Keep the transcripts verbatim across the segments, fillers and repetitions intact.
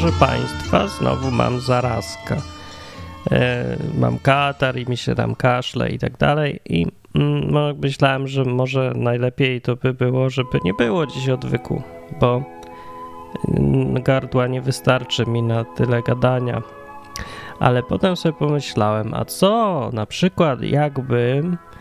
proszę państwa, znowu mam zarazkę. E, mam katar i mi się tam kaszle i tak dalej. I mm, no, myślałem, że może najlepiej to by było, żeby nie było dziś odwyku, bo mm, gardła nie wystarczy mi na tyle gadania. Ale potem sobie pomyślałem, a co na przykład jakby,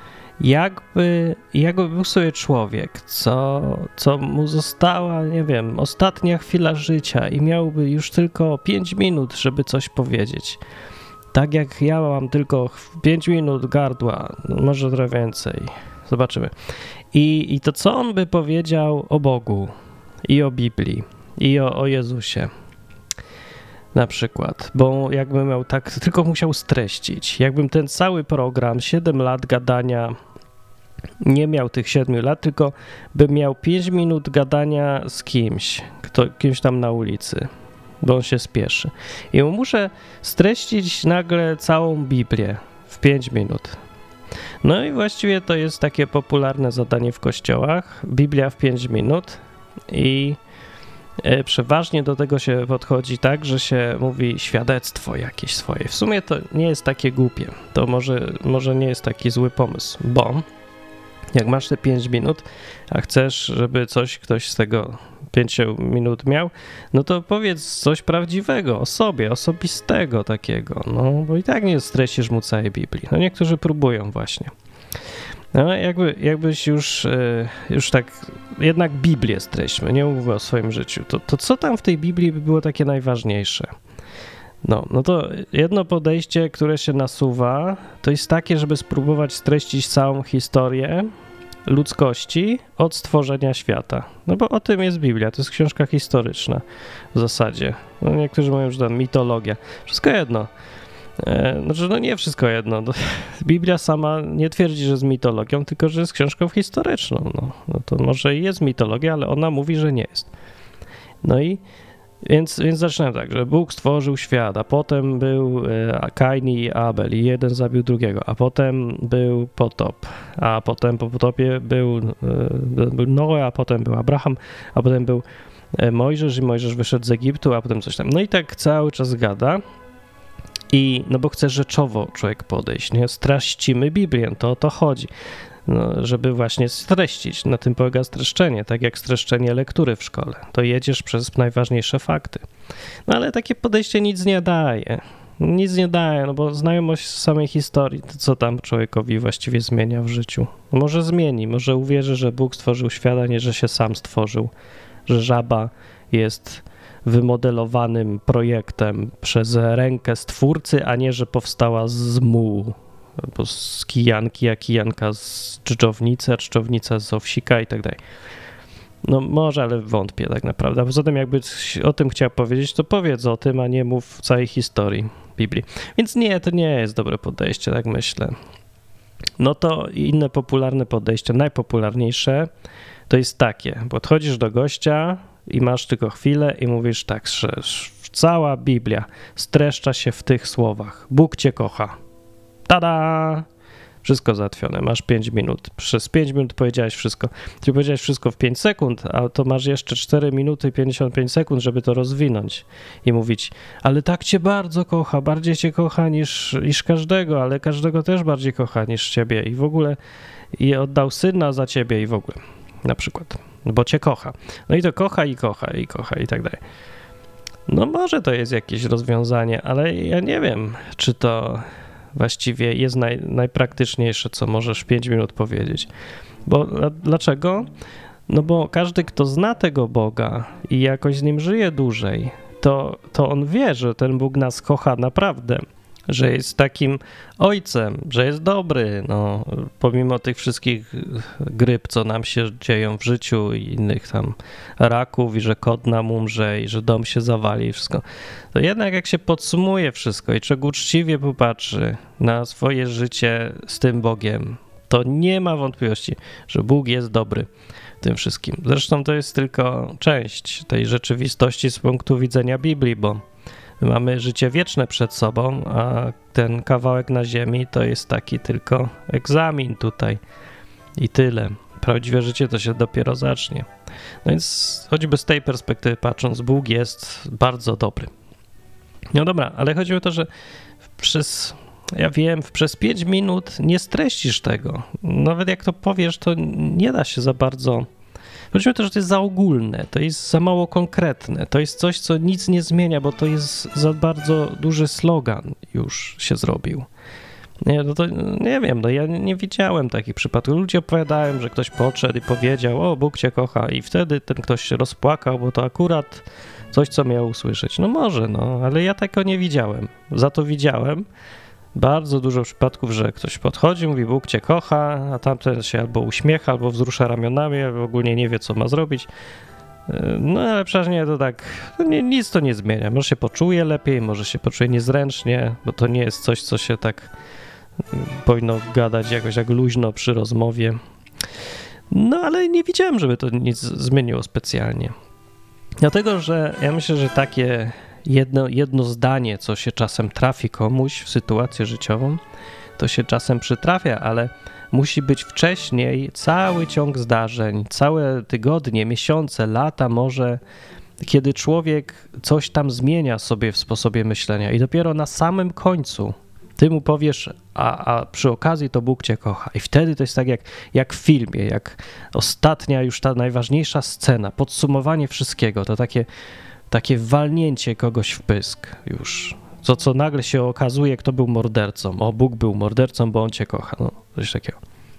jakby, jakby był sobie człowiek, co, co mu została, nie wiem, ostatnia chwila życia i miałby już tylko pięć minut, żeby coś powiedzieć. Tak jak ja mam tylko pięć minut gardła, może trochę więcej, zobaczymy. I, i to co on by powiedział o Bogu i o Biblii i o, o Jezusie. Na przykład, bo jakbym miał tak, tylko musiał streścić. Jakbym ten cały program, siedem lat gadania, nie miał tych siedmiu lat, tylko bym miał pięć minut gadania z kimś, kto, kimś tam na ulicy, bo on się spieszy. I muszę streścić nagle całą Biblię w pięć minut. No i właściwie to jest takie popularne zadanie w kościołach. Biblia w pięć minut i przeważnie do tego się podchodzi tak, że się mówi świadectwo jakieś swoje. W sumie to nie jest takie głupie. To może, może nie jest taki zły pomysł, bo jak masz te pięć minut, a chcesz, żeby coś ktoś z tego pięć minut miał, no to powiedz coś prawdziwego o sobie, osobistego takiego, no bo i tak nie streścisz mu całej Biblii. No niektórzy próbują właśnie. No jakby, jakbyś już, już tak, jednak Biblię streśćmy, nie mówmy o swoim życiu, to, to co tam w tej Biblii by było takie najważniejsze? No, no to jedno podejście, które się nasuwa, to jest takie, żeby spróbować streścić całą historię ludzkości od stworzenia świata. No bo o tym jest Biblia, to jest książka historyczna w zasadzie. No niektórzy mówią, że to mitologia. Wszystko jedno. Znaczy, no nie wszystko jedno. Biblia sama nie twierdzi, że jest mitologią, tylko że jest książką historyczną. No, no to może i jest mitologia, ale ona mówi, że nie jest. No i więc, więc zaczynam tak, że Bóg stworzył świat, a potem był Kain i Abel i jeden zabił drugiego, a potem był potop, a potem po potopie był, był Noe, a potem był Abraham, a potem był Mojżesz i Mojżesz wyszedł z Egiptu, a potem coś tam. No i tak cały czas gada. I no bo chce rzeczowo człowiek podejść, nie? Streścimy Biblię, to o to chodzi, no, żeby właśnie streścić. Na tym polega streszczenie, tak jak streszczenie lektury w szkole. To jedziesz przez najważniejsze fakty. No ale takie podejście nic nie daje. Nic nie daje, no bo znajomość samej historii, to co tam człowiekowi właściwie zmienia w życiu? No może zmieni, może uwierzy, że Bóg stworzył świat, a nie, że się sam stworzył, że żaba jest wymodelowanym projektem przez rękę stwórcy, a nie, że powstała z mułu, albo z kijanki, a kijanka z dżdżownicy, a dżdżownica z owsika i tak dalej. No może, ale wątpię tak naprawdę. A poza tym jakby o tym chciał powiedzieć, to powiedz o tym, a nie mów całej historii Biblii. Więc nie, to nie jest dobre podejście, tak myślę. No to inne popularne podejście, najpopularniejsze, to jest takie, podchodzisz do gościa i masz tylko chwilę i mówisz tak, że cała Biblia streszcza się w tych słowach. Bóg cię kocha. Tada! Wszystko załatwione. Masz pięć minut. Przez pięć minut powiedziałeś wszystko. Ty powiedziałeś wszystko w pięć sekund, a to masz jeszcze cztery minuty i pięćdziesiąt pięć sekund, żeby to rozwinąć i mówić, ale tak cię bardzo kocha, bardziej cię kocha niż, niż każdego, ale każdego też bardziej kocha niż ciebie i w ogóle i oddał syna za ciebie i w ogóle. Na przykład. Bo cię kocha. No i to kocha i kocha i kocha i tak dalej. No może to jest jakieś rozwiązanie, ale ja nie wiem, czy to właściwie jest naj, najpraktyczniejsze, co możesz w pięć minut powiedzieć. Bo dlaczego? No bo każdy, kto zna tego Boga i jakoś z nim żyje dłużej, to, to on wie, że ten Bóg nas kocha naprawdę, że jest takim ojcem, że jest dobry, no, pomimo tych wszystkich gryp, co nam się dzieją w życiu i innych tam raków i że kot nam umrze i że dom się zawali i wszystko, to jednak jak się podsumuje wszystko i czego uczciwie popatrzy na swoje życie z tym Bogiem, to nie ma wątpliwości, że Bóg jest dobry w tym wszystkim. Zresztą to jest tylko część tej rzeczywistości z punktu widzenia Biblii, bo mamy życie wieczne przed sobą, a ten kawałek na ziemi to jest taki tylko egzamin tutaj i tyle. prawdziwe życie to się dopiero zacznie. No więc choćby z tej perspektywy patrząc, Bóg jest bardzo dobry. No dobra, ale chodzi o to, że przez, ja wiem, przez pięć minut nie streścisz tego. Nawet jak to powiesz, to nie da się za bardzo... Chodzi o to, że to jest za ogólne, to jest za mało konkretne, to jest coś, co nic nie zmienia, bo to jest za bardzo duży slogan już się zrobił. Nie, no to nie wiem, no ja nie widziałem takich przypadków. Ludzie opowiadają, że ktoś podszedł i powiedział, o, Bóg cię kocha, i wtedy ten ktoś się rozpłakał, bo to akurat coś, co miał usłyszeć. No może, no, ale ja tego nie widziałem. Za to widziałem bardzo dużo przypadków, że ktoś podchodzi, mówi, Bóg cię kocha, a tamten się albo uśmiecha, albo wzrusza ramionami, albo ogólnie nie wie, co ma zrobić. No ale przecież nie, to tak, nie, nic to nie zmienia. Może się poczuje lepiej, może się poczuje niezręcznie, bo to nie jest coś, co się tak powinno gadać jakoś jak luźno przy rozmowie. No ale nie widziałem, żeby to nic zmieniło specjalnie. Dlatego, że ja myślę, że takie jedno, jedno zdanie, co się czasem trafi komuś w sytuację życiową, to się czasem przytrafia, ale musi być wcześniej cały ciąg zdarzeń, całe tygodnie, miesiące, lata może, kiedy człowiek coś tam zmienia sobie w sposobie myślenia i dopiero na samym końcu ty mu powiesz, a, a przy okazji to Bóg cię kocha. I wtedy to jest tak jak, jak w filmie, jak ostatnia już ta najważniejsza scena, podsumowanie wszystkiego, to takie, takie walnięcie kogoś w pysk już. To, co nagle się okazuje, kto był mordercą. O, Bóg był mordercą, bo on cię kocha. No, coś takiego.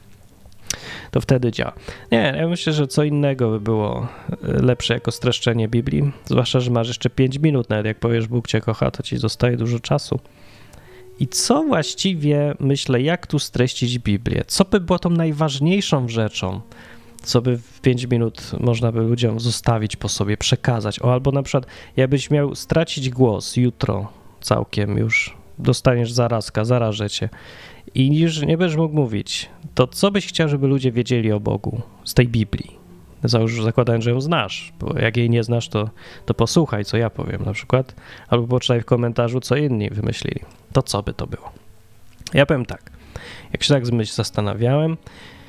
To wtedy działa. Nie, ja myślę, że co innego by było lepsze jako streszczenie Biblii. Zwłaszcza, że masz jeszcze pięć minut, nawet jak powiesz Bóg cię kocha, to ci zostaje dużo czasu. I co właściwie, myślę, jak tu streścić Biblię? Co by było tą najważniejszą rzeczą, co by w pięć minut można by ludziom zostawić po sobie, przekazać? O, albo na przykład, jakbyś miał stracić głos jutro całkiem już, dostaniesz zarazka, zarażę cię i już nie będziesz mógł mówić, to co byś chciał, żeby ludzie wiedzieli o Bogu z tej Biblii? Już zakładając, że ją znasz, bo jak jej nie znasz, to, to posłuchaj, co ja powiem na przykład, albo poczytaj w komentarzu, co inni wymyślili. To co by to było? Ja powiem tak, jak się tak myśl zastanawiałem,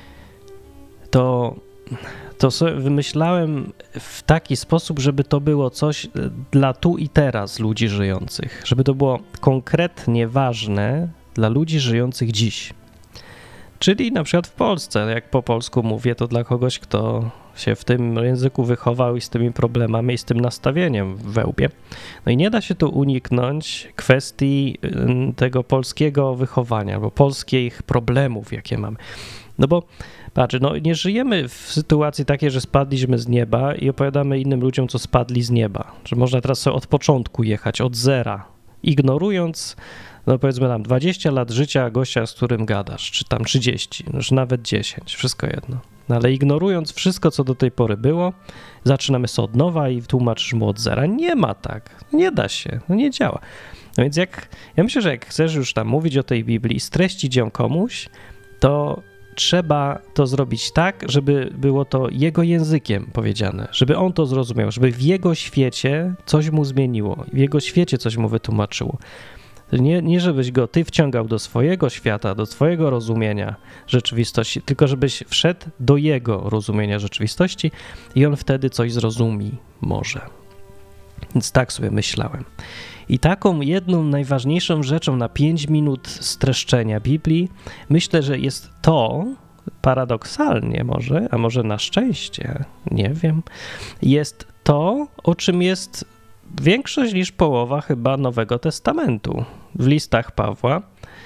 to, to sobie wymyślałem w taki sposób, żeby to było coś dla tu i teraz ludzi żyjących, żeby to było konkretnie ważne dla ludzi żyjących dziś. Czyli na przykład w Polsce, jak po polsku mówię, to dla kogoś, kto się w tym języku wychował i z tymi problemami i z tym nastawieniem we łbie. No i nie da się tu uniknąć kwestii tego polskiego wychowania, albo polskich problemów, jakie mamy. No bo patrz, no nie żyjemy w sytuacji takiej, że spadliśmy z nieba i opowiadamy innym ludziom, co spadli z nieba. Że można teraz sobie od początku jechać, od zera, ignorując no powiedzmy tam dwadzieścia lat życia gościa, z którym gadasz, czy tam trzydzieści, już nawet dziesięć, wszystko jedno. No ale ignorując wszystko, co do tej pory było, zaczynamy sobie od nowa i tłumaczysz mu od zera. Nie ma tak, nie da się, no nie działa. No więc jak, ja myślę, że jak chcesz już tam mówić o tej Biblii i streścić ją komuś, to trzeba to zrobić tak, żeby było to jego językiem powiedziane, żeby on to zrozumiał, żeby w jego świecie coś mu zmieniło, w jego świecie coś mu wytłumaczyło. Nie, nie żebyś go ty wciągał do swojego świata, do swojego rozumienia rzeczywistości, tylko żebyś wszedł do jego rozumienia rzeczywistości i on wtedy coś zrozumi może. Więc tak sobie myślałem. I taką jedną najważniejszą rzeczą na pięć minut streszczenia Biblii myślę, że jest to, paradoksalnie może, a może na szczęście, nie wiem, jest to, o czym jest większość niż połowa chyba Nowego Testamentu w listach Pawła,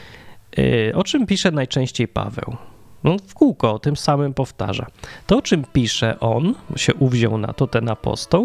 o czym pisze najczęściej Paweł. No, w kółko o tym samym powtarza. To, o czym pisze on, się uwziął na to ten apostoł,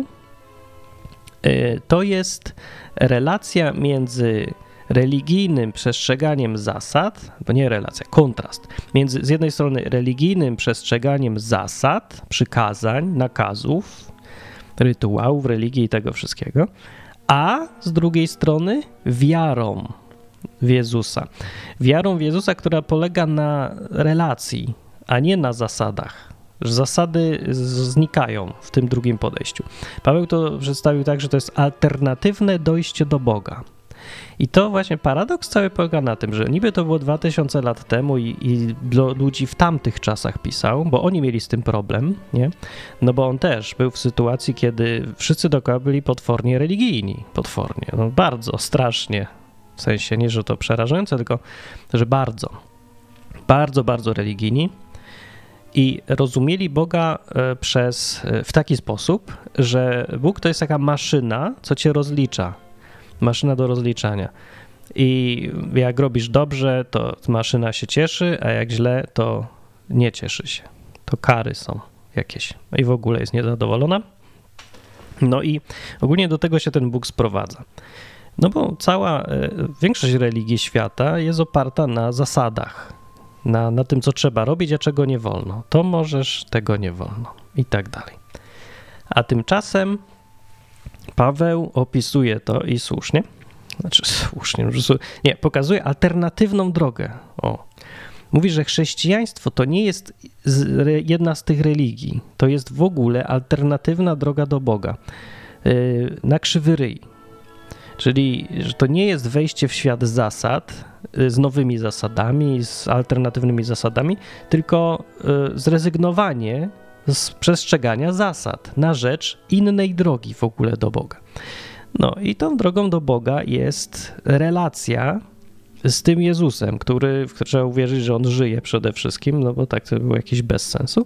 to jest relacja między religijnym przestrzeganiem zasad, bo nie relacja, kontrast, między z jednej strony religijnym przestrzeganiem zasad, przykazań, nakazów, rytuałów, religii i tego wszystkiego, a z drugiej strony wiarą w Jezusa. Wiarą w Jezusa, która polega na relacji, a nie na zasadach. Zasady znikają w tym drugim podejściu. Paweł to przedstawił tak, że to jest alternatywne dojście do Boga. I to właśnie paradoks cały polega na tym, że niby to było dwa tysiące lat temu i, i do ludzi w tamtych czasach pisał, bo oni mieli z tym problem, nie? No bo on też był w sytuacji, kiedy wszyscy dookoła byli potwornie religijni, potwornie, no bardzo, strasznie, w sensie nie, że to przerażające, tylko, że bardzo, bardzo, bardzo religijni. I rozumieli Boga przez, w taki sposób, że Bóg to jest taka maszyna, co cię rozlicza. Maszyna do rozliczania. I jak robisz dobrze, to maszyna się cieszy, a jak źle, to nie cieszy się. To kary są jakieś. I w ogóle jest niezadowolona. No i ogólnie do tego się ten Bóg sprowadza. No bo cała, większość religii świata jest oparta na zasadach. Na, na tym, co trzeba robić, a czego nie wolno. To możesz, tego nie wolno i tak dalej. A tymczasem Paweł opisuje to i słusznie, znaczy słusznie, nie, pokazuje alternatywną drogę. O. Mówi, że chrześcijaństwo to nie jest jedna z tych religii, to jest w ogóle alternatywna droga do Boga, yy, na krzywy ryj. Czyli, że to nie jest wejście w świat zasad z nowymi zasadami, z alternatywnymi zasadami, tylko zrezygnowanie z przestrzegania zasad na rzecz innej drogi w ogóle do Boga. No i tą drogą do Boga jest relacja z tym Jezusem, który, w który trzeba uwierzyć, że On żyje przede wszystkim, no bo tak to było jakiś bez sensu.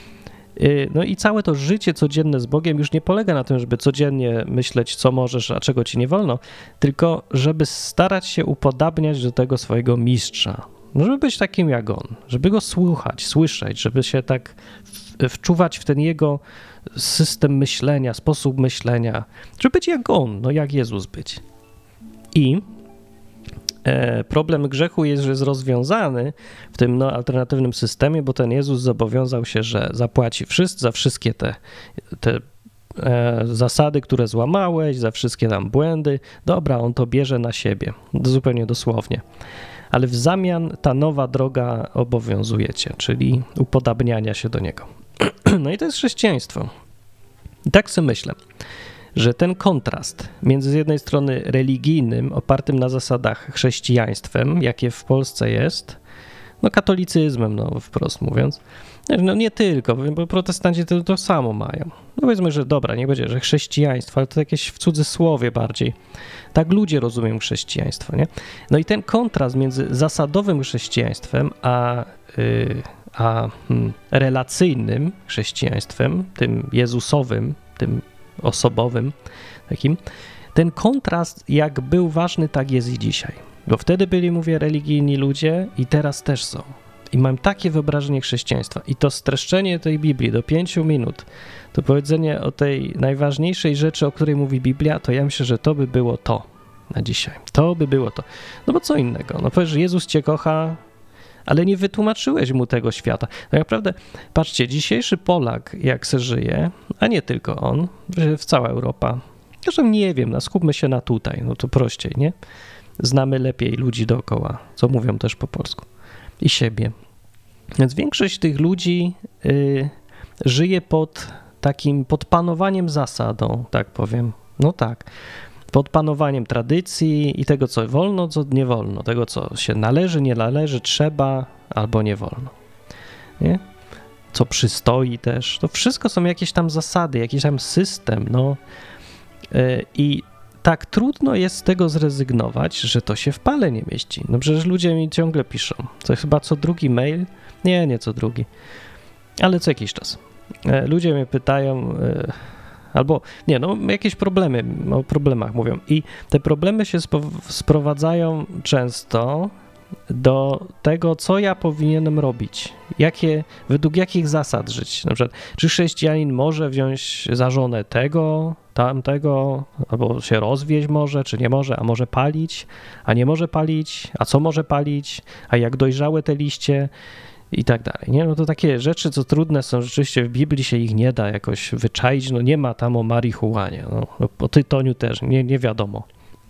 No i całe to życie codzienne z Bogiem już nie polega na tym, żeby codziennie myśleć, co możesz, a czego ci nie wolno, tylko żeby starać się upodabniać do tego swojego mistrza. Żeby być takim jak on, żeby go słuchać, słyszeć, żeby się tak wczuwać w ten jego system myślenia, sposób myślenia, żeby być jak on, no jak Jezus być. I problem grzechu jest, że jest rozwiązany w tym no, alternatywnym systemie, bo ten Jezus zobowiązał się, że zapłaci wszyscy, za wszystkie te, te e, zasady, które złamałeś, za wszystkie tam błędy. Dobra, on to bierze na siebie, zupełnie dosłownie. Ale w zamian ta nowa droga obowiązuje cię, czyli upodabniania się do niego. No i to jest chrześcijaństwo. I tak sobie myślę, że ten kontrast między z jednej strony religijnym, opartym na zasadach chrześcijaństwem, jakie w Polsce jest, no katolicyzmem, no wprost mówiąc, no nie tylko, bo protestanci to, to samo mają. No powiedzmy, że dobra, nie będzie, że chrześcijaństwo, ale to jakieś w cudzysłowie bardziej. Tak ludzie rozumieją chrześcijaństwo, nie? No i ten kontrast między zasadowym chrześcijaństwem, a, yy, a hmm, relacyjnym chrześcijaństwem, tym jezusowym, tym osobowym takim, ten kontrast jak był ważny, tak jest i dzisiaj. Bo wtedy byli, mówię, religijni ludzie i teraz też są. I mam takie wyobrażenie chrześcijaństwa. I to streszczenie tej Biblii do pięciu minut, to powiedzenie o tej najważniejszej rzeczy, o której mówi Biblia, to ja myślę, że to by było to na dzisiaj. To by było to. No bo co innego? No powiesz, że Jezus cię kocha, ale nie wytłumaczyłeś mu tego świata. Tak naprawdę, patrzcie, dzisiejszy Polak, jak se żyje, a nie tylko on, w cała Europa, zresztą nie wiem, no skupmy się na tutaj, no to prościej, nie? Znamy lepiej ludzi dookoła, co mówią też po polsku i siebie. Więc większość tych ludzi y, żyje pod takim, pod panowaniem zasadą, tak powiem, no tak, pod panowaniem tradycji i tego, co wolno, co nie wolno, tego, co się należy, nie należy, trzeba albo nie wolno, nie? Co przystoi też. To wszystko są jakieś tam zasady, jakiś tam system, no yy, i tak trudno jest z tego zrezygnować, że to się w pale nie mieści. No przecież ludzie mi ciągle piszą, to chyba co drugi mail, nie, nie co drugi, ale co jakiś czas. Yy, ludzie mnie pytają... Yy, Albo, nie, no jakieś problemy, o problemach mówią. I te problemy się spo, sprowadzają często do tego, co ja powinienem robić. Jakie, według jakich zasad żyć. Na przykład, czy chrześcijanin może wziąć za żonę tego, tamtego, albo się rozwieść może, czy nie może, a może palić, a nie może palić, a co może palić, a jak dojrzałe te liście i tak dalej, nie? No to takie rzeczy, co trudne są rzeczywiście, w Biblii się ich nie da jakoś wyczaić, no nie ma tam o marihuanie, no, o tytoniu też, nie, nie wiadomo.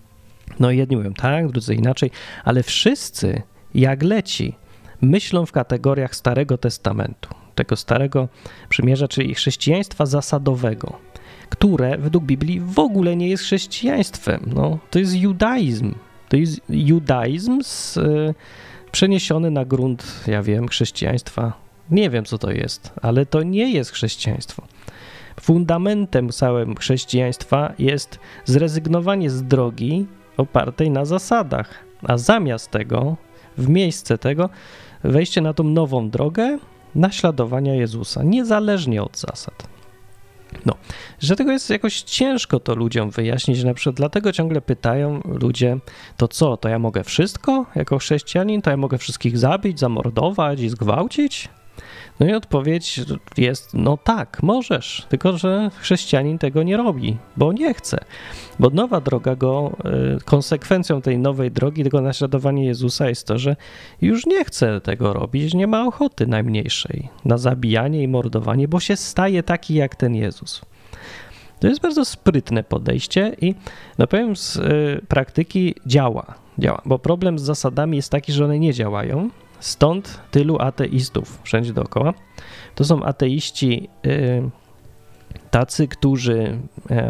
No jedni mówią tak, drudzy inaczej, ale wszyscy, jak leci, myślą w kategoriach Starego Testamentu, tego Starego Przymierza, czyli chrześcijaństwa zasadowego, które według Biblii w ogóle nie jest chrześcijaństwem. No, to jest judaizm. To jest judaizm z, y, przeniesiony na grunt, ja wiem, chrześcijaństwa. Nie wiem, co to jest, ale to nie jest chrześcijaństwo. Fundamentem całego chrześcijaństwa jest zrezygnowanie z drogi opartej na zasadach, a zamiast tego, w miejsce tego, wejście na tą nową drogę naśladowania Jezusa, niezależnie od zasad. No, że tego jest jakoś ciężko to ludziom wyjaśnić, na przykład dlatego ciągle pytają ludzie, to co, to ja mogę wszystko jako chrześcijanin, to ja mogę wszystkich zabić, zamordować i zgwałcić? No i odpowiedź jest, no tak, możesz, tylko że chrześcijanin tego nie robi, bo nie chce. Bo nowa droga go, konsekwencją tej nowej drogi, tego naśladowania Jezusa jest to, że już nie chce tego robić, nie ma ochoty najmniejszej na zabijanie i mordowanie, bo się staje taki jak ten Jezus. To jest bardzo sprytne podejście i no powiem z y, praktyki działa, działa, bo problem z zasadami jest taki, że one nie działają. Stąd tylu ateistów wszędzie dookoła. To są ateiści y, tacy, którzy, y,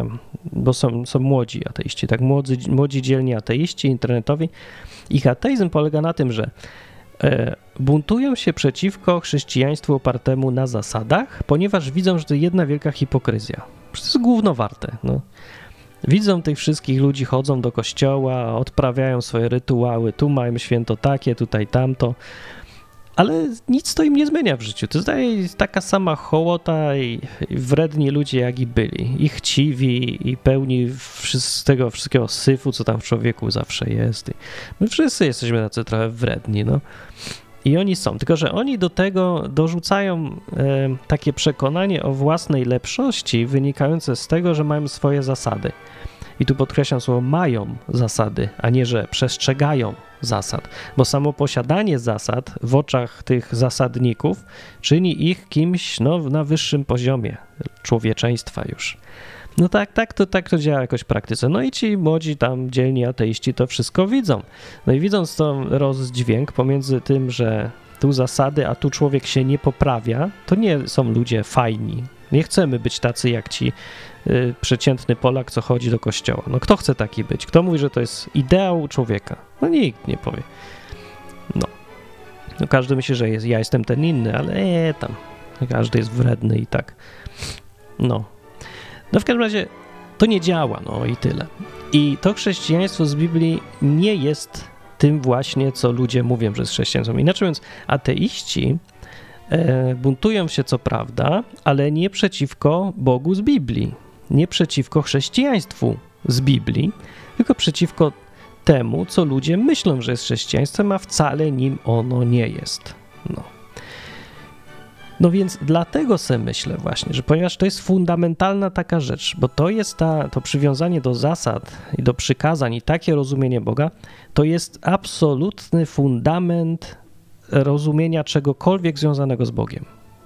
bo są, są młodzi ateiści, tak, młodzi, młodzi dzielni ateiści internetowi. Ich ateizm polega na tym, że y, buntują się przeciwko chrześcijaństwu opartemu na zasadach, ponieważ widzą, że to jedna wielka hipokryzja. To jest gówno warte, no. Widzą tych wszystkich ludzi, chodzą do kościoła, odprawiają swoje rytuały, tu mają święto takie, tutaj tamto, ale nic to im nie zmienia w życiu. To jest taka sama hołota i wredni ludzie, jak i byli. I chciwi, i pełni z tego wszystkiego syfu, co tam w człowieku zawsze jest. I my wszyscy jesteśmy tacy trochę wredni, no. I oni są, tylko że oni do tego dorzucają e, takie przekonanie o własnej lepszości wynikające z tego, że mają swoje zasady. I tu podkreślam słowo mają zasady, a nie, że przestrzegają zasad, bo samo posiadanie zasad w oczach tych zasadników czyni ich kimś no, na wyższym poziomie człowieczeństwa już. No tak, tak to, tak to działa jakoś w praktyce. No i ci młodzi tam dzielni ateiści to wszystko widzą. No i widząc to rozdźwięk pomiędzy tym, że tu zasady, a tu człowiek się nie poprawia, to nie są ludzie fajni. Nie chcemy być tacy jak ci y, przeciętny Polak, co chodzi do kościoła. No kto chce taki być? Kto mówi, że to jest ideał człowieka? No nikt nie powie. No. No każdy myśli, że jest, ja jestem ten inny, ale nie, tam. Każdy jest wredny i tak. No. No w każdym razie to nie działa, no i tyle. I to chrześcijaństwo z Biblii nie jest tym właśnie, co ludzie mówią, że jest chrześcijaństwem. Inaczej mówiąc, ateiści e, buntują się co prawda, ale nie przeciwko Bogu z Biblii, nie przeciwko chrześcijaństwu z Biblii, tylko przeciwko temu, co ludzie myślą, że jest chrześcijaństwem, a wcale nim ono nie jest. No. No więc dlatego sobie myślę właśnie, że ponieważ to jest fundamentalna taka rzecz, bo to jest ta, to przywiązanie do zasad i do przykazań i takie rozumienie Boga, to jest absolutny fundament rozumienia czegokolwiek związanego z Bogiem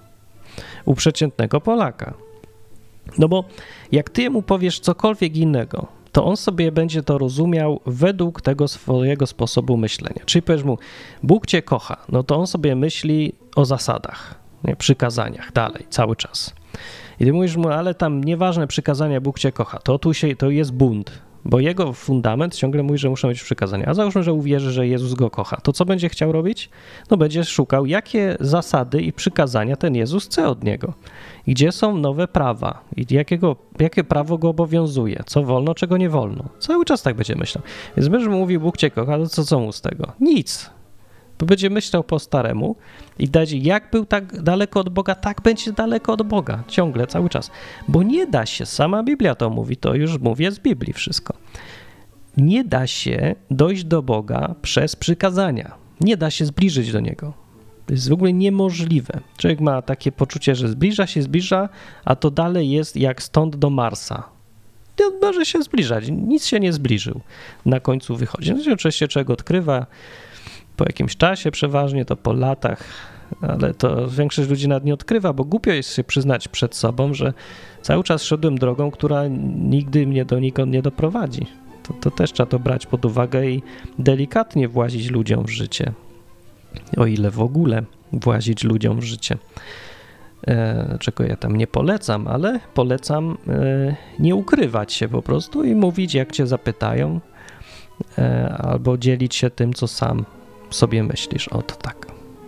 u przeciętnego Polaka. No bo jak ty mu powiesz cokolwiek innego, to on sobie będzie to rozumiał według tego swojego sposobu myślenia. Czyli powiesz mu, Bóg cię kocha, no to on sobie myśli o zasadach, nie, przykazaniach dalej, cały czas. I ty mówisz mu, ale tam nieważne przykazania, Bóg cię kocha, to tu się, to jest bunt, bo jego fundament ciągle mówi, że muszą być przykazania. A załóżmy, że uwierzy, że Jezus go kocha, to co będzie chciał robić? No będzie szukał, jakie zasady i przykazania ten Jezus chce od niego. I gdzie są nowe prawa i jakiego, jakie prawo go obowiązuje, co wolno, czego nie wolno. Cały czas tak będzie myślał. Więc będziesz mówił, Bóg cię kocha, to co, co mu z tego? Nic. Bo będzie myślał po staremu i dać, jak był tak daleko od Boga, tak będzie daleko od Boga. Ciągle, cały czas. Bo nie da się, sama Biblia to mówi, to już mówię z Biblii wszystko. Nie da się dojść do Boga przez przykazania. Nie da się zbliżyć do Niego. To jest w ogóle niemożliwe. Człowiek ma takie poczucie, że zbliża się, zbliża, a to dalej jest jak stąd do Marsa. Nie może się zbliżać. Nic się nie zbliżył. Na końcu wychodzi. No, oczywiście człowiek odkrywa po jakimś czasie przeważnie, to po latach, ale to większość ludzi nawet nie odkrywa, bo głupio jest się przyznać przed sobą, że cały czas szedłem drogą, która nigdy mnie donikąd nie doprowadzi. To, to też trzeba to brać pod uwagę i delikatnie włazić ludziom w życie, o ile w ogóle włazić ludziom w życie. e, czego ja tam nie polecam, ale polecam e, nie ukrywać się po prostu i mówić, jak cię zapytają, e, albo dzielić się tym, co sam sobie myślisz. O, to tak.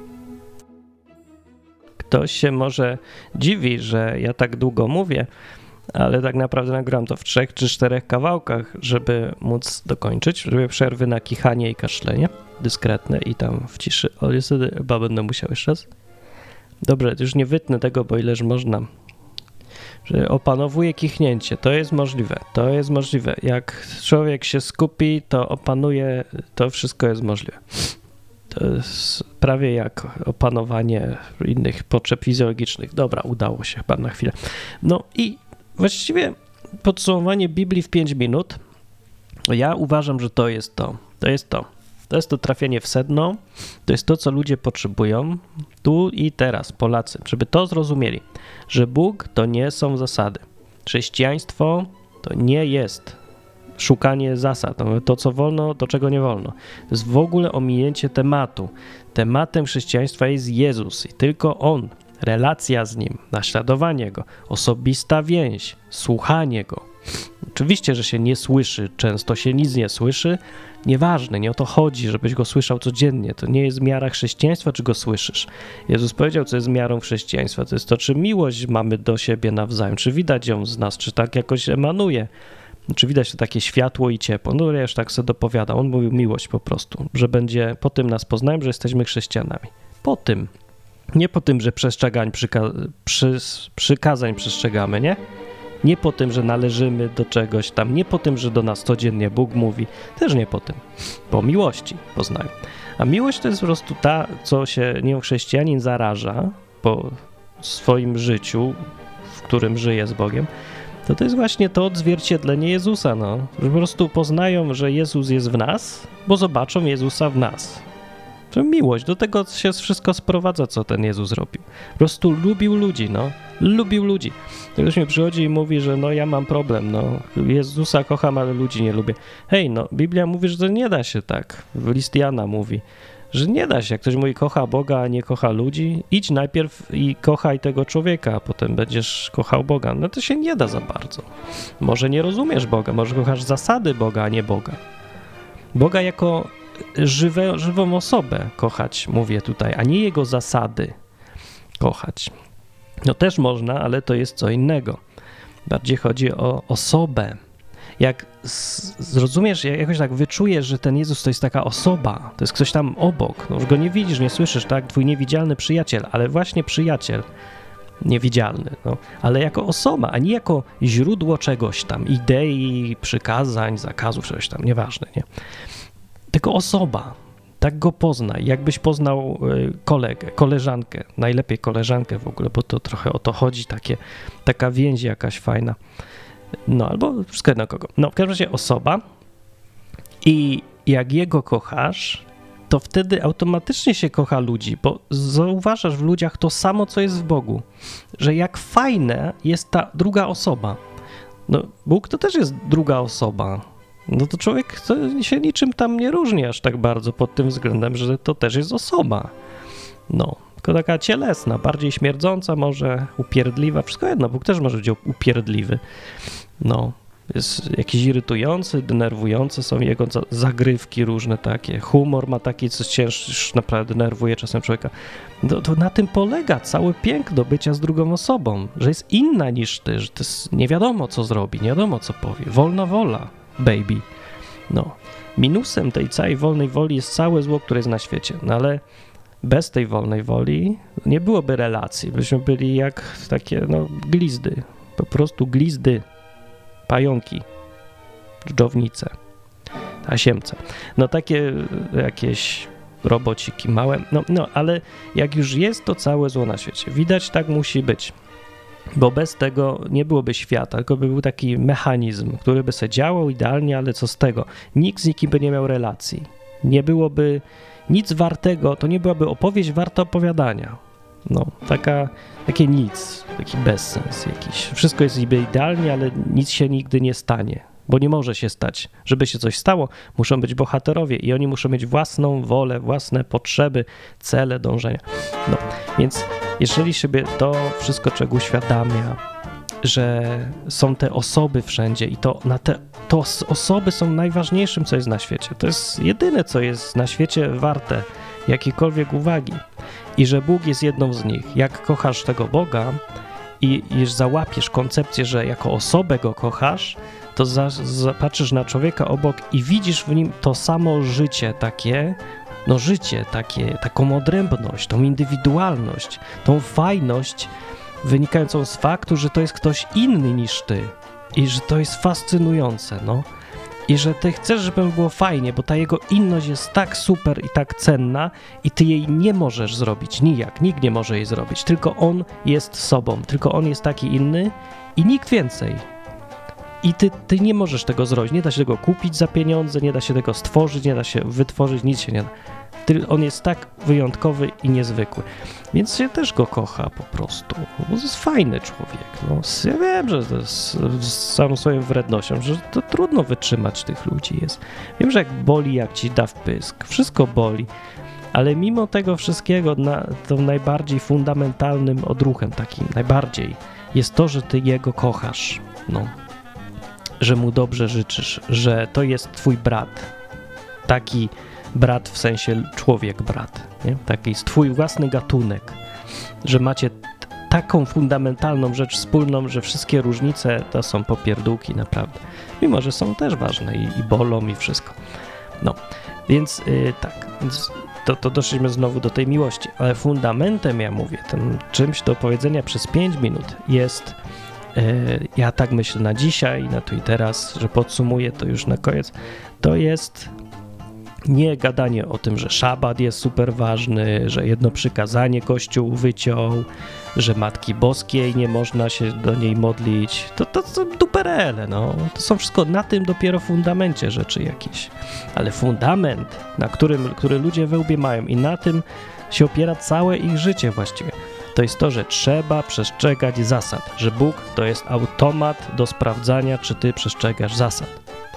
Ktoś się może dziwi, że ja tak długo mówię, ale tak naprawdę nagrałem to w trzech czy czterech kawałkach, żeby móc dokończyć, żeby przerwy na kichanie i kaszlenie dyskretne i tam w ciszy. O, niestety chyba będę musiał jeszcze raz. Dobrze, już nie wytnę tego, bo ileż można. Że opanowuje kichnięcie. To jest możliwe. To jest możliwe. Jak człowiek się skupi, to opanuje, to wszystko jest możliwe. To jest prawie jak opanowanie innych potrzeb fizjologicznych. Dobra, udało się chyba na chwilę. No i właściwie podsumowanie Biblii w pięć minut. Ja uważam, że to jest to. To jest to. To jest to trafienie w sedno. To jest to, co ludzie potrzebują tu i teraz, Polacy, żeby to zrozumieli, że Bóg to nie są zasady. Chrześcijaństwo to nie jest szukanie zasad, to co wolno, to czego nie wolno. To jest w ogóle ominięcie tematu. Tematem chrześcijaństwa jest Jezus i tylko On, relacja z Nim, naśladowanie Go, osobista więź, słuchanie Go. Oczywiście, że się nie słyszy, często się nic nie słyszy, nieważne, nie o to chodzi, żebyś Go słyszał codziennie, to nie jest miara chrześcijaństwa, czy Go słyszysz. Jezus powiedział, co jest miarą chrześcijaństwa, to jest to, czy miłość mamy do siebie nawzajem, czy widać ją z nas, czy tak jakoś emanuje, czy widać to takie światło i ciepło. No ja już tak sobie dopowiadam, on mówił miłość po prostu, że będzie, po tym nas poznają, że jesteśmy chrześcijanami. Po tym, nie po tym, że przestrzeganie przyka- przy, przykazań przestrzegamy, nie? Nie po tym, że należymy do czegoś tam, nie po tym, że do nas codziennie Bóg mówi, też nie po tym, po miłości poznają. A miłość to jest po prostu ta, co się nią chrześcijanin zaraża po swoim życiu, w którym żyje z Bogiem, to to jest właśnie to odzwierciedlenie Jezusa, no. Że po prostu poznają, że Jezus jest w nas, bo zobaczą Jezusa w nas. To miłość, do tego się wszystko sprowadza, co ten Jezus robił. Po prostu lubił ludzi, no. Lubił ludzi. Ktoś mi przychodzi i mówi, że no ja mam problem, no. Jezusa kocham, ale ludzi nie lubię. Hej, no, Biblia mówi, że to nie da się tak. List Jana mówi, że nie da się. Jak ktoś mówi, kocha Boga, a nie kocha ludzi, idź najpierw i kochaj tego człowieka, a potem będziesz kochał Boga. No to się nie da za bardzo. Może nie rozumiesz Boga, może kochasz zasady Boga, a nie Boga. Boga jako żywe, żywą osobę kochać, mówię tutaj, a nie Jego zasady kochać. No też można, ale to jest co innego. Bardziej chodzi o osobę. Jak zrozumiesz, jak jakoś tak wyczujesz, że ten Jezus to jest taka osoba, to jest ktoś tam obok, no już go nie widzisz, nie słyszysz, tak? Twój niewidzialny przyjaciel, ale właśnie przyjaciel niewidzialny, no. Ale jako osoba, a nie jako źródło czegoś tam, idei, przykazań, zakazów, czegoś tam, nieważne, nie? Tylko osoba. Tak go poznaj, jakbyś poznał kolegę, koleżankę, najlepiej koleżankę w ogóle, bo to trochę o to chodzi, takie, taka więź jakaś fajna. No, albo wszystko jedno kogo. No, w każdym razie osoba i jak jego kochasz, to wtedy automatycznie się kocha ludzi, bo zauważasz w ludziach to samo, co jest w Bogu, że jak fajne jest ta druga osoba. No, Bóg to też jest druga osoba. No to człowiek to się niczym tam nie różni aż tak bardzo pod tym względem, że to też jest osoba. No, tylko taka cielesna, bardziej śmierdząca, może upierdliwa, wszystko jedno, Bóg też może być upierdliwy. No, jest jakiś irytujący, denerwujący, są jego zagrywki różne takie, humor ma taki, co ciężko naprawdę denerwuje czasem człowieka. To, to na tym polega całe piękno bycia z drugą osobą, że jest inna niż ty, że to jest nie wiadomo co zrobi, nie wiadomo co powie, wolna wola. Baby. No. Minusem tej całej wolnej woli jest całe zło, które jest na świecie. No ale bez tej wolnej woli nie byłoby relacji. Byśmy byli jak takie, no, glizdy. Po prostu glizdy. Pająki. Dżdżownice. Tasiemce. No takie jakieś robociki małe. No, no, ale jak już jest to całe zło na świecie. Widać, tak musi być. Bo bez tego nie byłoby świata, tylko by był taki mechanizm, który by sobie działał idealnie, ale co z tego? Nikt z nikim by nie miał relacji. Nie byłoby nic wartego, to nie byłaby opowieść warta opowiadania. No, taka, takie nic, taki bezsens jakiś. Wszystko jest niby idealnie, ale nic się nigdy nie stanie. bo nie może się stać. Żeby się coś stało, muszą być bohaterowie i oni muszą mieć własną wolę, własne potrzeby, cele, dążenia. No, więc jeżeli sobie to wszystko czego uświadamia, że są te osoby wszędzie i to, na te to osoby są najważniejszym, co jest na świecie. To jest jedyne, co jest na świecie warte jakiejkolwiek uwagi. I że Bóg jest jedną z nich. Jak kochasz tego Boga i, i załapiesz koncepcję, że jako osobę Go kochasz, to za, zapatrzysz na człowieka obok i widzisz w nim to samo życie takie, no życie takie, taką odrębność, tą indywidualność, tą fajność wynikającą z faktu, że to jest ktoś inny niż ty i że to jest fascynujące, no. I że ty chcesz, żeby było fajnie, bo ta jego inność jest tak super i tak cenna i ty jej nie możesz zrobić nijak, nikt nie może jej zrobić, tylko on jest sobą, tylko on jest taki inny i nikt więcej. I ty, ty nie możesz tego zrobić, nie da się tego kupić za pieniądze, nie da się tego stworzyć, nie da się wytworzyć, nic się nie da. On jest tak wyjątkowy i niezwykły, więc się też go kocha po prostu, bo to jest fajny człowiek. No, ja wiem, że to jest, z całą swoją wrednością, że to trudno wytrzymać tych ludzi jest. Wiem, że jak boli, jak ci da w pysk, wszystko boli, ale mimo tego wszystkiego na, to najbardziej fundamentalnym odruchem takim, najbardziej jest to, że ty jego kochasz, no, że mu dobrze życzysz, że to jest twój brat, taki brat w sensie człowiek brat, nie? Taki jest twój własny gatunek, że macie t- taką fundamentalną rzecz wspólną, że wszystkie różnice to są popierdółki naprawdę, mimo że są też ważne i, i bolą i wszystko. No, więc yy, tak, więc to, to doszliśmy znowu do tej miłości, ale fundamentem, ja mówię, tym czymś do powiedzenia przez pięć minut jest, yy, ja tak myślę na dzisiaj, na tu i teraz, że podsumuję to już na koniec, to jest nie gadanie o tym, że szabat jest super ważny, że jedno przykazanie Kościół wyciął, że Matki Boskiej nie można się do niej modlić. To, to są duperele, no. To są wszystko na tym dopiero fundamencie rzeczy jakieś. Ale fundament, na którym, który ludzie we łbie mają i na tym się opiera całe ich życie właściwie, to jest to, że trzeba przestrzegać zasad, że Bóg to jest automat do sprawdzania, czy ty przestrzegasz zasad.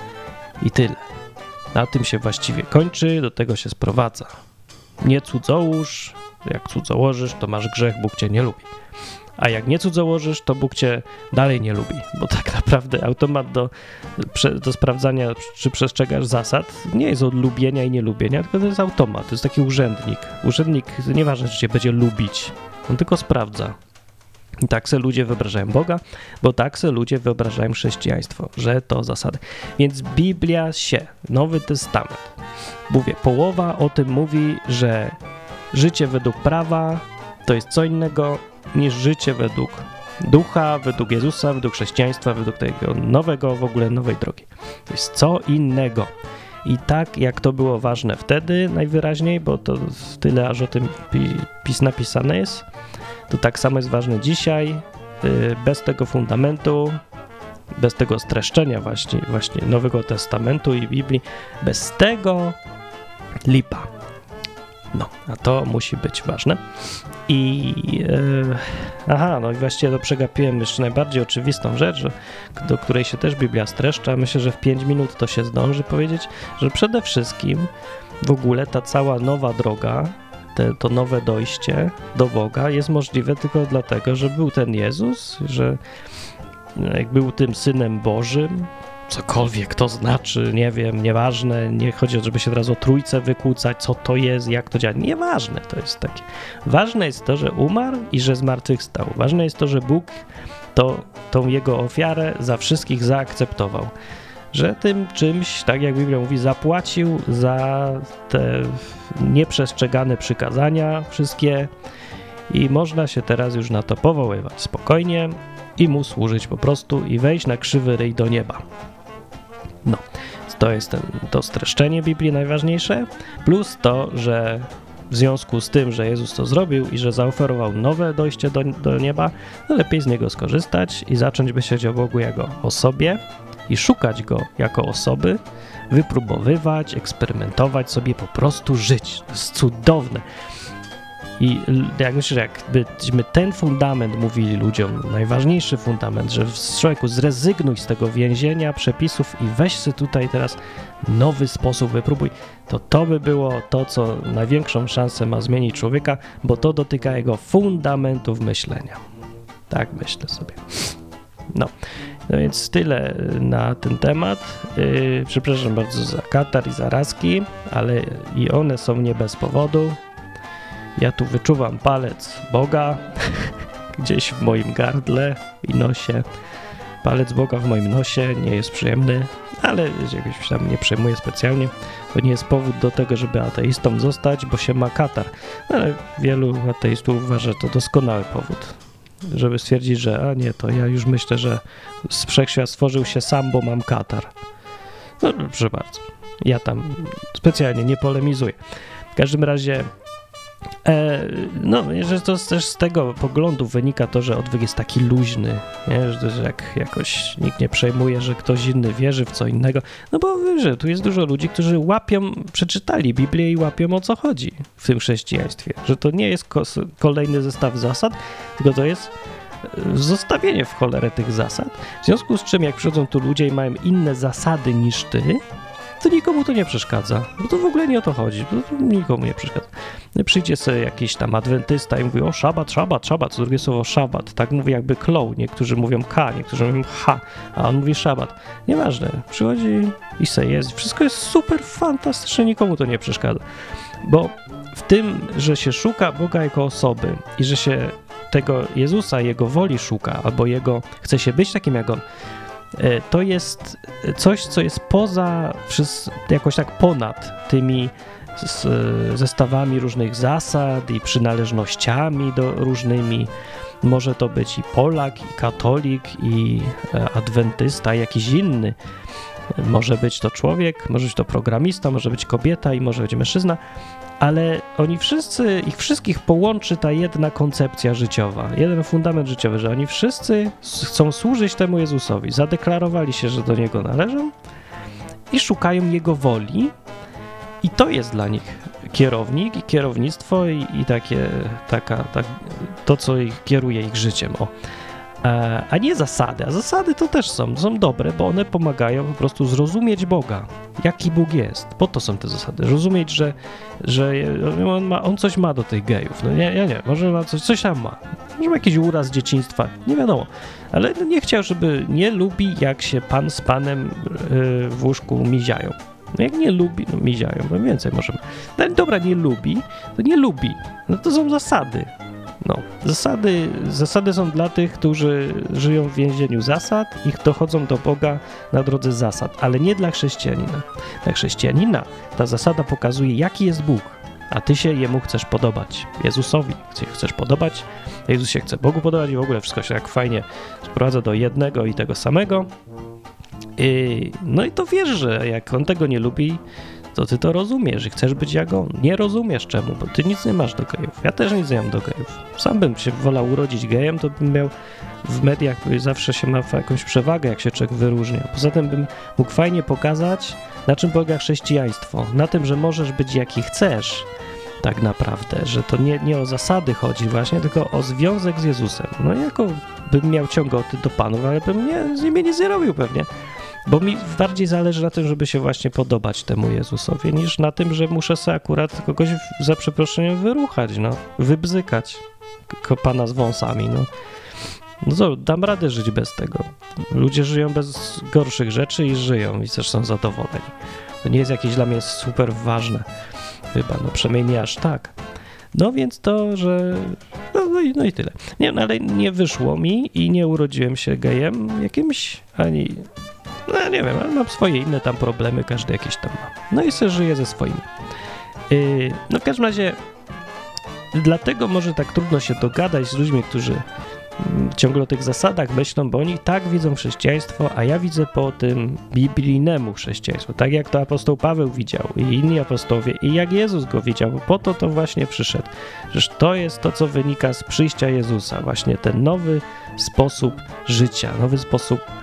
I tyle. Na tym się właściwie kończy, do tego się sprowadza. Nie cudzołóż, jak cudzołożysz, to masz grzech, Bóg cię nie lubi. A jak nie cudzołożysz, to Bóg cię dalej nie lubi, bo tak naprawdę automat do, do sprawdzania, czy przestrzegasz zasad, nie jest od lubienia i nielubienia, tylko to jest automat, to jest taki urzędnik. Urzędnik, nieważne, czy cię będzie lubić, on tylko sprawdza. I tak se ludzie wyobrażają Boga, bo tak se ludzie wyobrażają chrześcijaństwo, że to zasady. Więc Biblia się, Nowy Testament, mówię, połowa o tym mówi, że życie według prawa to jest co innego niż życie według ducha, według Jezusa, według chrześcijaństwa, według tego nowego, w ogóle nowej drogi. To jest co innego. I tak jak to było ważne wtedy najwyraźniej, bo to tyle aż o tym pis napisane jest, to tak samo jest ważne dzisiaj, bez tego fundamentu, bez tego streszczenia właśnie, właśnie Nowego Testamentu i Biblii, bez tego lipa. No, a to musi być ważne. I yy, aha, no i właściwie to przegapiłem jeszcze najbardziej oczywistą rzecz, że, do której się też Biblia streszcza. Myślę, że w pięć minut to się zdąży powiedzieć, że przede wszystkim w ogóle ta cała nowa droga, te, to nowe dojście do Boga jest możliwe tylko dlatego, że był ten Jezus, że jak był tym Synem Bożym, cokolwiek to znaczy, nie wiem, nieważne, nie chodzi o to, żeby się teraz o trójce wykłócać, co to jest, jak to działa, nieważne to jest takie. Ważne jest to, że umarł i że zmartwychwstał. Ważne jest to, że Bóg to, tą jego ofiarę za wszystkich zaakceptował. Że tym czymś, tak jak Biblia mówi, zapłacił za te nieprzestrzegane przykazania wszystkie i można się teraz już na to powoływać spokojnie i mu służyć po prostu i wejść na krzywy ryj do nieba. No, to jest ten, to streszczenie Biblii najważniejsze, plus to, że w związku z tym, że Jezus to zrobił i że zaoferował nowe dojście do, do nieba, no lepiej z niego skorzystać i zacząć myśleć o Bogu jako osobie i szukać Go jako osoby, wypróbowywać, eksperymentować sobie, po prostu żyć. To jest cudowne. I jak myślę, jakbyśmy ten fundament mówili ludziom, najważniejszy fundament, że człowieku zrezygnuj z tego więzienia, przepisów i weź sobie tutaj teraz nowy sposób, wypróbuj, to to by było to, co największą szansę ma zmienić człowieka, bo to dotyka jego fundamentów myślenia. Tak myślę sobie. No, no więc tyle na ten temat. Yy, przepraszam bardzo za katar i zarazki, ale i one są nie bez powodu. Ja tu wyczuwam palec Boga gdzieś w moim gardle i nosie. Palec Boga w moim nosie nie jest przyjemny, ale jakoś tam nie przejmuję specjalnie. To nie jest powód do tego, żeby ateistą zostać, bo się ma katar. Ale wielu ateistów uważa, że to doskonały powód, żeby stwierdzić, że a nie, to ja już myślę, że wszechświat stworzył się sam, bo mam katar. No proszę bardzo. Ja tam specjalnie nie polemizuję. W każdym razie E, no, że to też z tego poglądu wynika to, że odwyk jest taki luźny, nie? Że, że jak jakoś nikt nie przejmuje, że ktoś inny wierzy w co innego, no bo że tu jest dużo ludzi, którzy łapią, przeczytali Biblię i łapią, o co chodzi w tym chrześcijaństwie, że to nie jest ko- kolejny zestaw zasad, tylko to jest zostawienie w cholerę tych zasad, w związku z czym jak przychodzą tu ludzie i mają inne zasady niż ty, to nikomu to nie przeszkadza, bo to w ogóle nie o to chodzi, to nikomu nie przeszkadza. Przyjdzie sobie jakiś tam adwentysta i mówi o szabat, szabat, szabat, co drugie słowo szabat, tak mówi jakby kloł, niektórzy mówią K, niektórzy mówią H, a on mówi szabat. Nieważne, przychodzi i se jest, wszystko jest super fantastyczne, nikomu to nie przeszkadza, bo w tym, że się szuka Boga jako osoby i że się tego Jezusa, Jego woli szuka, albo Jego, chce się być takim jak On, to jest coś, co jest poza, jakoś tak ponad tymi zestawami różnych zasad i przynależnościami do różnymi. Może to być i Polak, i katolik, i adwentysta, i jakiś inny. Może być to człowiek, może być to programista, może być kobieta i może być mężczyzna, ale oni wszyscy, ich wszystkich połączy ta jedna koncepcja życiowa, jeden fundament życiowy, że oni wszyscy chcą służyć temu Jezusowi, zadeklarowali się, że do Niego należą i szukają Jego woli i to jest dla nich kierownik i kierownictwo i, i takie, taka, tak, to, co ich kieruje ich życiem. O. A nie zasady, a zasady to też są, są dobre, bo one pomagają po prostu zrozumieć Boga, jaki Bóg jest, po to są te zasady, rozumieć, że, że on, ma, on coś ma do tych gejów, no nie, ja nie, może ma coś, coś tam ma, może ma jakiś uraz z dzieciństwa, nie wiadomo, ale nie chciał, żeby nie lubi, jak się pan z panem yy, w łóżku miziają. No jak nie lubi, no miziają, bo więcej możemy. No dobra, nie lubi, to nie lubi, no to są zasady. No, zasady, zasady są dla tych, którzy żyją w więzieniu zasad i dochodzą do Boga na drodze zasad, ale nie dla chrześcijanina. Dla chrześcijanina ta zasada pokazuje, jaki jest Bóg, a ty się Jemu chcesz podobać. Jezusowi chcesz podobać, Jezus się chce Bogu podobać i w ogóle wszystko się tak fajnie sprowadza do jednego i tego samego. I, no i to wiesz, że jak On tego nie lubi, to ty to rozumiesz i chcesz być jak On. Nie rozumiesz czemu, bo ty nic nie masz do gejów. Ja też nic nie mam do gejów. Sam bym się wolał urodzić gejem, to bym miał w mediach, zawsze się ma jakąś przewagę, jak się człowiek wyróżnia. Poza tym bym mógł fajnie pokazać, na czym polega chrześcijaństwo. Na tym, że możesz być jaki chcesz tak naprawdę, że to nie, nie o zasady chodzi właśnie, tylko o związek z Jezusem. No jako bym miał ciągoty do panów, ale bym nie, z nimi nic nie robił pewnie. Bo mi bardziej zależy na tym, żeby się właśnie podobać temu Jezusowi, niż na tym, że muszę sobie akurat kogoś za przeproszeniem wyruchać, no, wybzykać pana z wąsami, no. No to dam radę żyć bez tego. Ludzie żyją bez gorszych rzeczy i żyją i też są zadowoleni. To nie jest jakieś dla mnie super ważne chyba, no przynajmniej nie aż tak. No więc to, że... No, no, i, no i tyle. Nie, no, ale nie wyszło mi i nie urodziłem się gejem jakimś, ani... No nie wiem, ale mam swoje inne tam problemy, każdy jakieś tam ma. No i sobie żyje ze swoimi. Yy, no w każdym razie dlatego może tak trudno się dogadać z ludźmi, którzy ciągle o tych zasadach myślą, bo oni tak widzą chrześcijaństwo, a ja widzę po tym biblijnemu chrześcijaństwu, tak jak to apostoł Paweł widział i inni apostołowie i jak Jezus go widział, bo po to to właśnie przyszedł. Przecież to jest to, co wynika z przyjścia Jezusa, właśnie ten nowy sposób życia, nowy sposób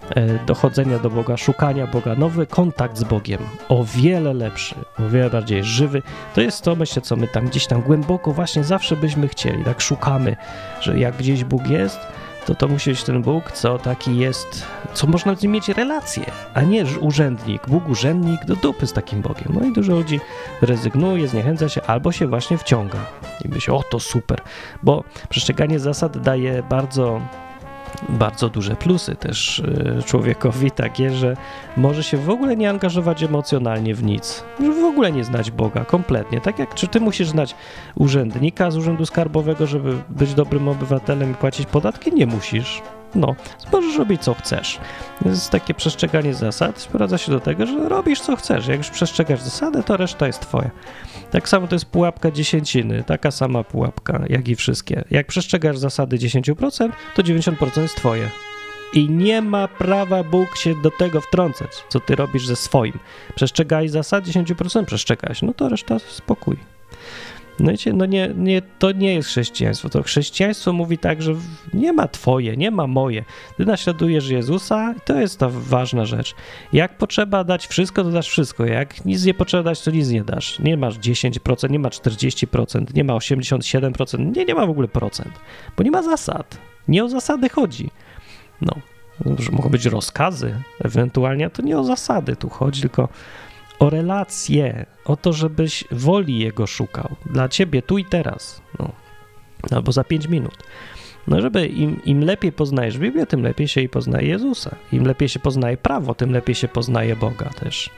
dochodzenia do Boga, szukania Boga, nowy kontakt z Bogiem, o wiele lepszy, o wiele bardziej żywy. To jest to, myślę, co my tam gdzieś tam głęboko właśnie zawsze byśmy chcieli, tak szukamy, że jak gdzieś Bóg jest, to to musi być ten Bóg, co taki jest, co można z nim mieć relację, a nie urzędnik. Bóg urzędnik, do dupy z takim Bogiem. No i dużo ludzi rezygnuje, zniechęca się, albo się właśnie wciąga i myśli, o to super, bo przestrzeganie zasad daje bardzo bardzo duże plusy też człowiekowi takie, że może się w ogóle nie angażować emocjonalnie w nic, że w ogóle nie znać Boga kompletnie. Tak jak czy ty musisz znać urzędnika z urzędu skarbowego, żeby być dobrym obywatelem i płacić podatki? Nie musisz. No, możesz robić co chcesz. To jest takie przestrzeganie zasad, sprowadza się do tego, że robisz co chcesz. Jak już przestrzegasz zasadę, to reszta jest twoja. Tak samo to jest pułapka dziesięciny, taka sama pułapka, jak i wszystkie. Jak przestrzegasz zasady dziesięć procent, to dziewięćdziesiąt procent jest twoje. I nie ma prawa Bóg się do tego wtrącać, co ty robisz ze swoim. Przestrzegaj zasad dziesięć procent, przestrzegałeś, no to reszta spokój. No wiecie, no nie, nie, to nie jest chrześcijaństwo. To chrześcijaństwo mówi tak, że nie ma twoje, nie ma moje. Ty naśladujesz Jezusa i to jest ta ważna rzecz. Jak potrzeba dać wszystko, to dasz wszystko. Jak nic nie potrzeba dać, to nic nie dasz. Nie masz dziesięć procent, nie ma czterdzieści procent, nie ma osiemdziesiąt siedem procent, nie, nie ma w ogóle procent, bo nie ma zasad. Nie o zasady chodzi. No, że mogą być rozkazy ewentualnie, to nie o zasady tu chodzi, tylko o relacje, o to, żebyś woli Jego szukał. Dla ciebie, tu i teraz. No. Albo za pięć minut. No, żeby im, im lepiej poznajesz Biblię, tym lepiej się i poznaje Jezusa. Im lepiej się poznaje prawo, tym lepiej się poznaje Boga też.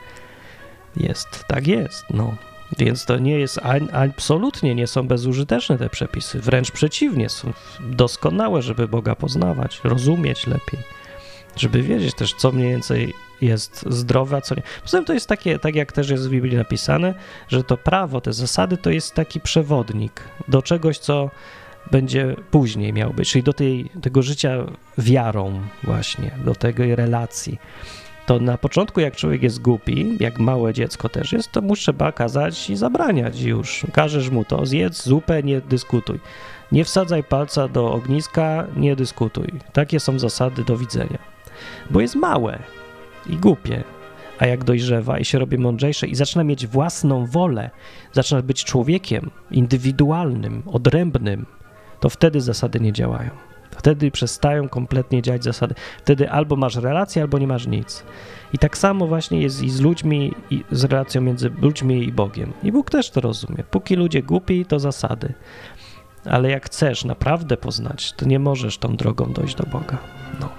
Jest, tak jest, no. Więc to nie jest, absolutnie nie są bezużyteczne te przepisy. Wręcz przeciwnie, są doskonałe, żeby Boga poznawać, rozumieć lepiej. Żeby wiedzieć też, co mniej więcej jest zdrowe, a co nie. Poza tym to jest takie, tak jak też jest w Biblii napisane, że to prawo, te zasady to jest taki przewodnik do czegoś, co będzie później miał być, czyli do tej, tego życia wiarą właśnie, do tej relacji. To na początku, jak człowiek jest głupi, jak małe dziecko też jest, to mu trzeba kazać i zabraniać już. Każesz mu to, zjedz zupę, nie dyskutuj. Nie wsadzaj palca do ogniska, nie dyskutuj. Takie są zasady, do widzenia. Bo jest małe i głupie, a jak dojrzewa i się robi mądrzejsze i zaczyna mieć własną wolę, zaczyna być człowiekiem indywidualnym, odrębnym, to wtedy zasady nie działają. Wtedy przestają kompletnie działać zasady. Wtedy albo masz relację, albo nie masz nic. I tak samo właśnie jest i z ludźmi, i z relacją między ludźmi i Bogiem. I Bóg też to rozumie. Póki ludzie głupi, to zasady. Ale jak chcesz naprawdę poznać, to nie możesz tą drogą dojść do Boga. No.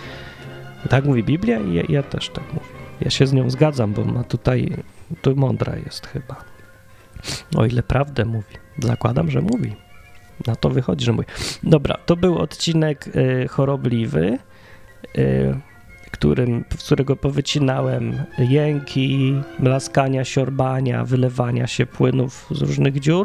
Tak mówi Biblia i ja, ja też tak mówię. Ja się z nią zgadzam, bo ma tutaj, tu mądra jest chyba. O ile prawdę mówi. Zakładam, że mówi. Na to wychodzi, że mówi. Dobra, to był odcinek y, chorobliwy, y, którym, z którego powycinałem jęki, mlaskania, siorbania, wylewania się płynów z różnych dziur.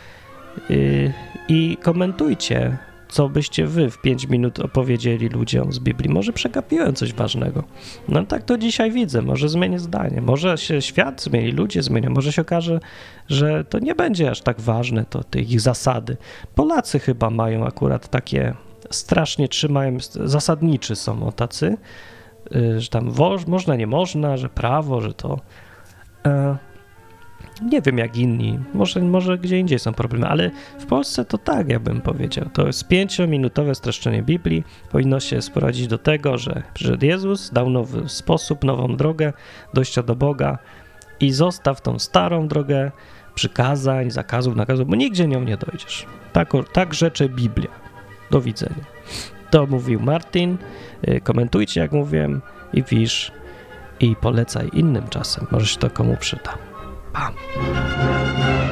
Y, I komentujcie, co byście wy w pięć minut opowiedzieli ludziom z Biblii. Może przegapiłem coś ważnego. No tak to dzisiaj widzę, może zmienię zdanie, może się świat zmieni, ludzie zmienią, może się okaże, że to nie będzie aż tak ważne, to te ich zasady. Polacy chyba mają akurat takie, strasznie trzymają, zasadniczy są o tacy, że tam wo, można, nie można, że prawo, że to... E, Nie wiem jak inni, może, może gdzie indziej są problemy, ale w Polsce to tak, ja bym powiedział. To jest pięciominutowe streszczenie Biblii, powinno się sprowadzić do tego, że przyszedł Jezus, dał nowy sposób, nową drogę dojścia do Boga i zostaw tą starą drogę przykazań, zakazów, nakazów, bo nigdzie nią nie dojdziesz. Tak, tak rzeczy Biblia. Do widzenia. To mówił Martin, komentujcie jak mówiłem i pisz i polecaj innym czasem, może się to komu przyda. Pam.